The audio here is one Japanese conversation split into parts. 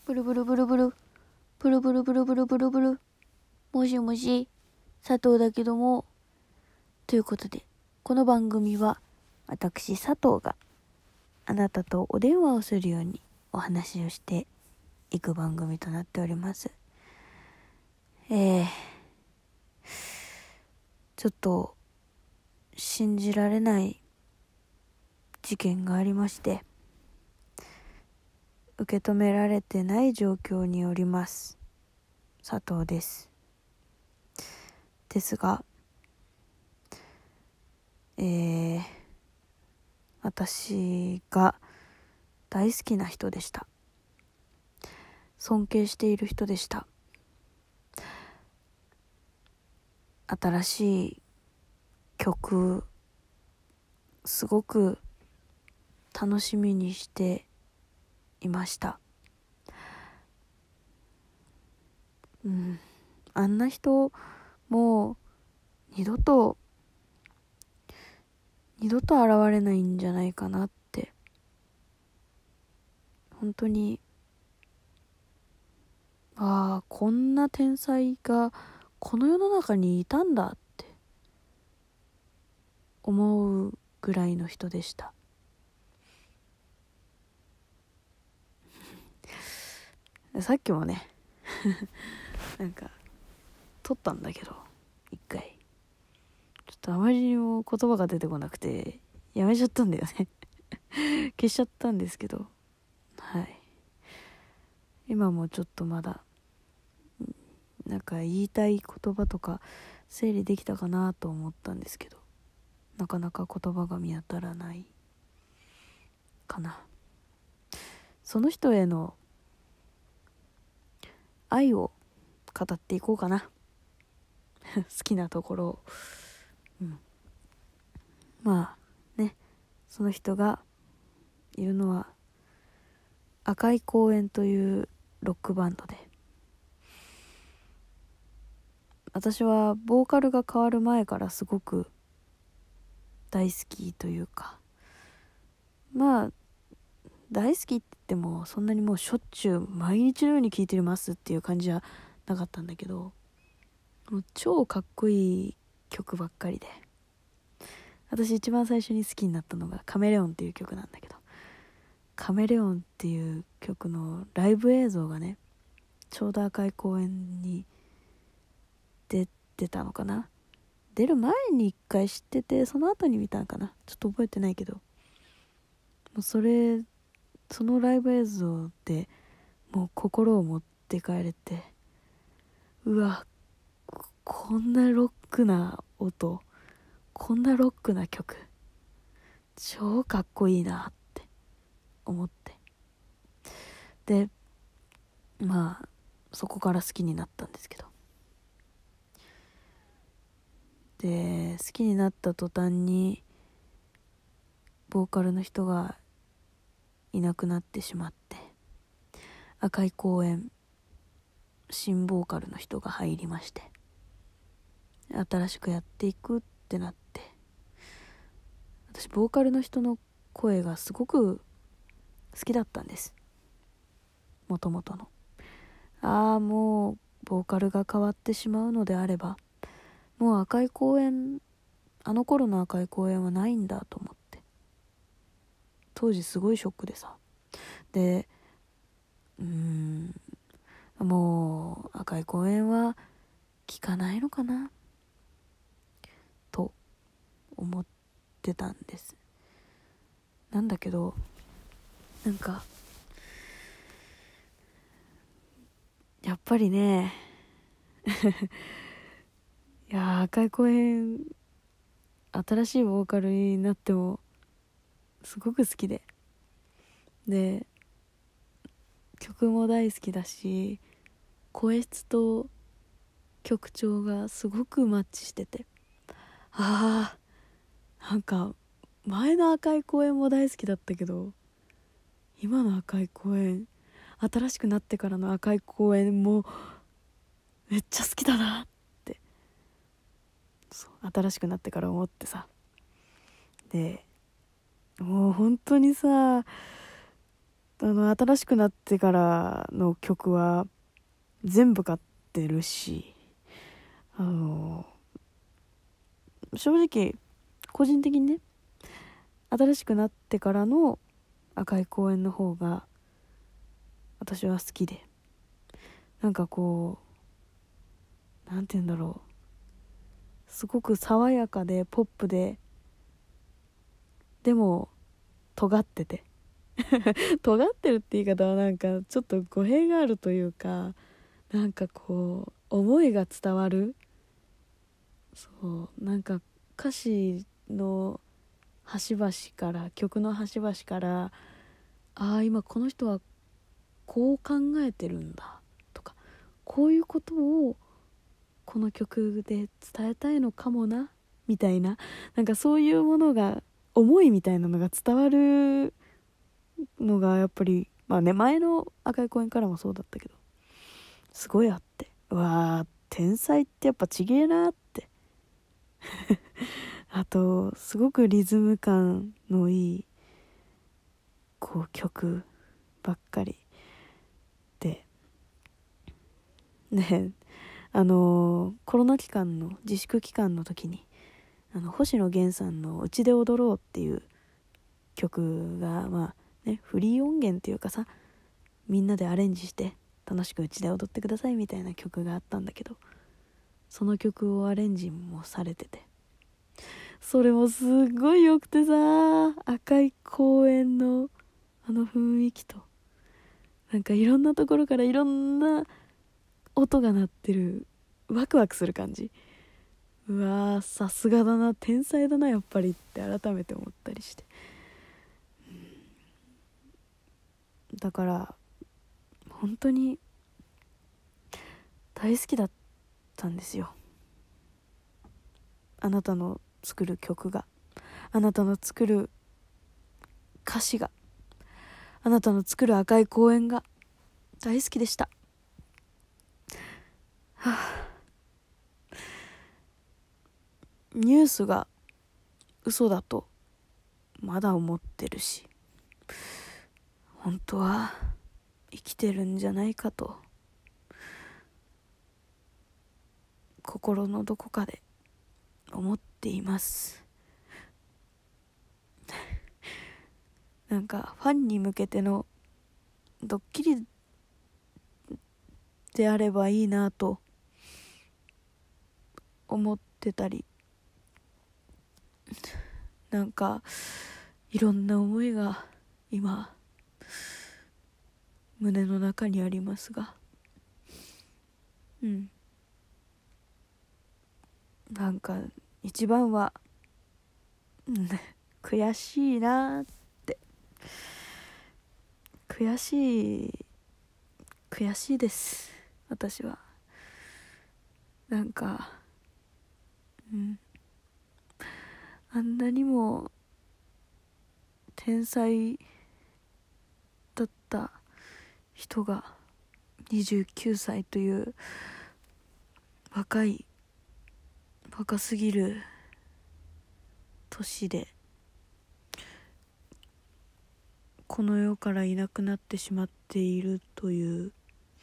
ブルブルブルブルブルブルブルブルブルブル、もしもし佐藤だけども、ということでこの番組は私佐藤があなたとお電話をするようにお話をしていく番組となっております。ちょっと信じられない事件がありまして、受け止められてない状況におります佐藤ですが、私が大好きな人でした。尊敬している人でした。新しい曲すごく楽しみにしていました。あんな人もう二度と現れないんじゃないかなって、本当にこんな天才がこの世の中にいたんだって思うぐらいの人でした。さっきもねなんか撮ったんだけど一回ちょっとあまりにも言葉が出てこなくてやめちゃったんだよね消しちゃったんですけど、今もちょっとまだなんか言いたい言葉とか整理できたかなと思ったんですけど、なかなか言葉が見当たらないかな。その人への愛を語っていこうかな好きなところを、まあね、その人がいるのは赤い公園というロックバンドで、私はボーカルが変わる前からすごく大好きというか、まあ大好きって言ってもそんなにもうしょっちゅう毎日のように聴いてますっていう感じじゃなかったんだけど、もう超かっこいい曲ばっかりで、私一番最初に好きになったのがカメレオンっていう曲なんだけど、カメレオンっていう曲のライブ映像がね、ちょうど赤い公園に出てたのかな、出る前に一回知っててその後に見たのかな、ちょっと覚えてないけど、もうそのライブ映像でもう心を持って帰れて、うわ、こんなロックな音、こんなロックな曲超かっこいいなって思って、でまあそこから好きになったんですけど、で好きになった途端にボーカルの人がいなくなってしまって、赤い公園新ボーカルの人が入りまして、新しくやっていくってなって、私ボーカルの人の声がすごく好きだったんです、もともとの。もうボーカルが変わってしまうのであれば、もう赤い公園、あの頃の赤い公園はないんだと思って、当時すごいショックでさ、でもう赤い公園は聞かないのかなと思ってたんです。なんだけどなんかやっぱりねいや赤い公園新しいボーカルになってもすごく好きで曲も大好きだし、声質と曲調がすごくマッチしてて、なんか前の赤い公園も大好きだったけど、今の赤い公園、新しくなってからの赤い公園もめっちゃ好きだなって、新しくなってから思ってさ、でもう本当にさ、 新しくなってからの曲は全部買ってるし、正直個人的にね、新しくなってからの赤い公園の方が私は好きで、なんかこう、なんて言うんだろう、すごく爽やかでポップで、でも尖ってて尖ってるって言い方はなんかちょっと語弊があるというか、なんかこう思いが伝わる、そうなんか歌詞の端々から、曲の端々から、ああ今この人はこう考えてるんだとか、こういうことをこの曲で伝えたいのかもなみたいな、なんかそういうものが、思いみたいなのが伝わるのがやっぱり、まあね、前の赤い公園からもそうだったけど、すごいあって、うわー天才ってやっぱちげえなってあとすごくリズム感のいいこう曲ばっかりでね、コロナ期間の自粛期間の時に星野源さんの「うちで踊ろう」っていう曲が、まあね、フリー音源っていうかさ、みんなでアレンジして楽しくうちで踊ってくださいみたいな曲があったんだけど、その曲をアレンジもされてて、それもすっごい良くてさ、赤い公園のあの雰囲気と、なんかいろんなところからいろんな音が鳴ってる、ワクワクする感じ、うわーさすがだな、天才だなやっぱりって改めて思ったりして、だから本当に大好きだったんですよ、あなたの作る曲が、あなたの作る歌詞が、あなたの作る赤い公園が大好きでした。はあ、ニュースが嘘だとまだ思ってるし、本当は生きてるんじゃないかと心のどこかで思っています。なんかファンに向けてのドッキリであればいいなと思ってたり、なんかいろんな思いが今胸の中にありますが、なんか一番は、悔しいなって、悔しいです私は。なんかあんなにも天才だった人が29歳という若すぎる年でこの世からいなくなってしまっているという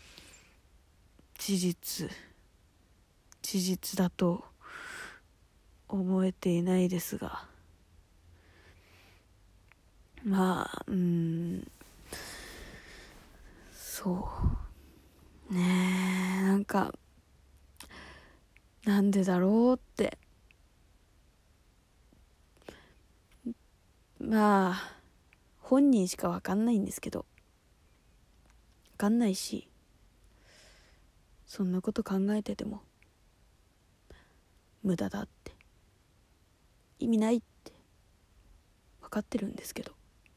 事実だと思えていないですが、まあそうねえ、なんかなんでだろうって、まあ本人しか分かんないんですけど、分かんないし、そんなこと考えてても無駄だって、意味ないって分かってるんですけど、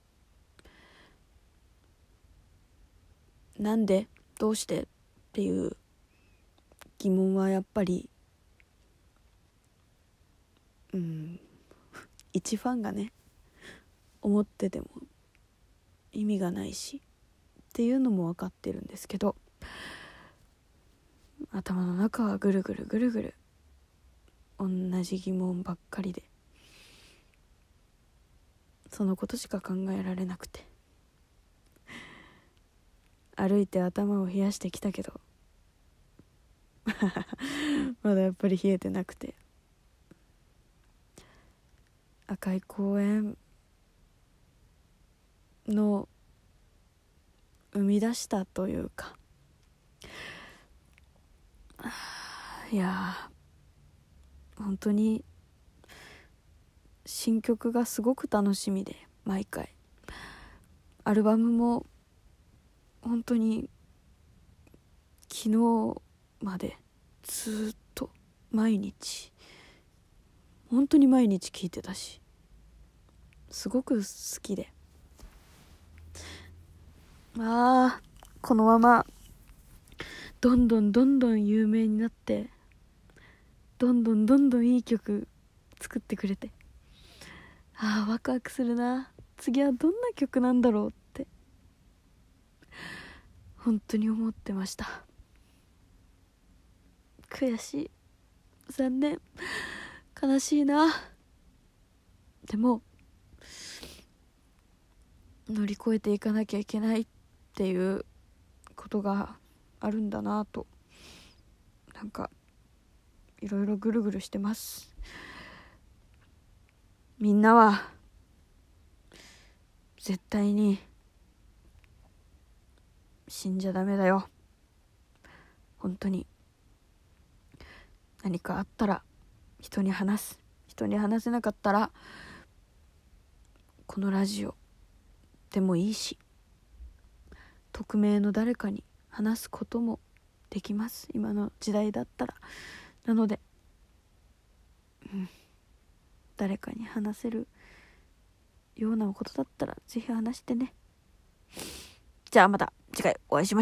なんでどうしてっていう疑問はやっぱり一ファンがね思ってても意味がないしっていうのも分かってるんですけど、頭の中はぐるぐる同じ疑問ばっかりで、そのことしか考えられなくて、 歩いて頭を冷やしてきたけどまだやっぱり冷えてなくて、赤い公園の生み出したというか、いや本当に新曲がすごく楽しみで、毎回アルバムも本当に昨日までずっと毎日本当に毎日聴いてたし、すごく好きで、このままどんどん有名になって、どんどんいい曲作ってくれて、ワクワクするな。次はどんな曲なんだろうって本当に思ってました。悔しい、残念、悲しいな。でも乗り越えていかなきゃいけないっていうことがあるんだなと、なんかいろいろぐるぐるしてます。みんなは絶対に死んじゃダメだよ。本当に何かあったら人に話す。人に話せなかったらこのラジオでもいいし、匿名の誰かに話すこともできます、今の時代だったら。なので、誰かに話せるようなことだったらぜひ話してね。じゃあまた次回お会いしましょう。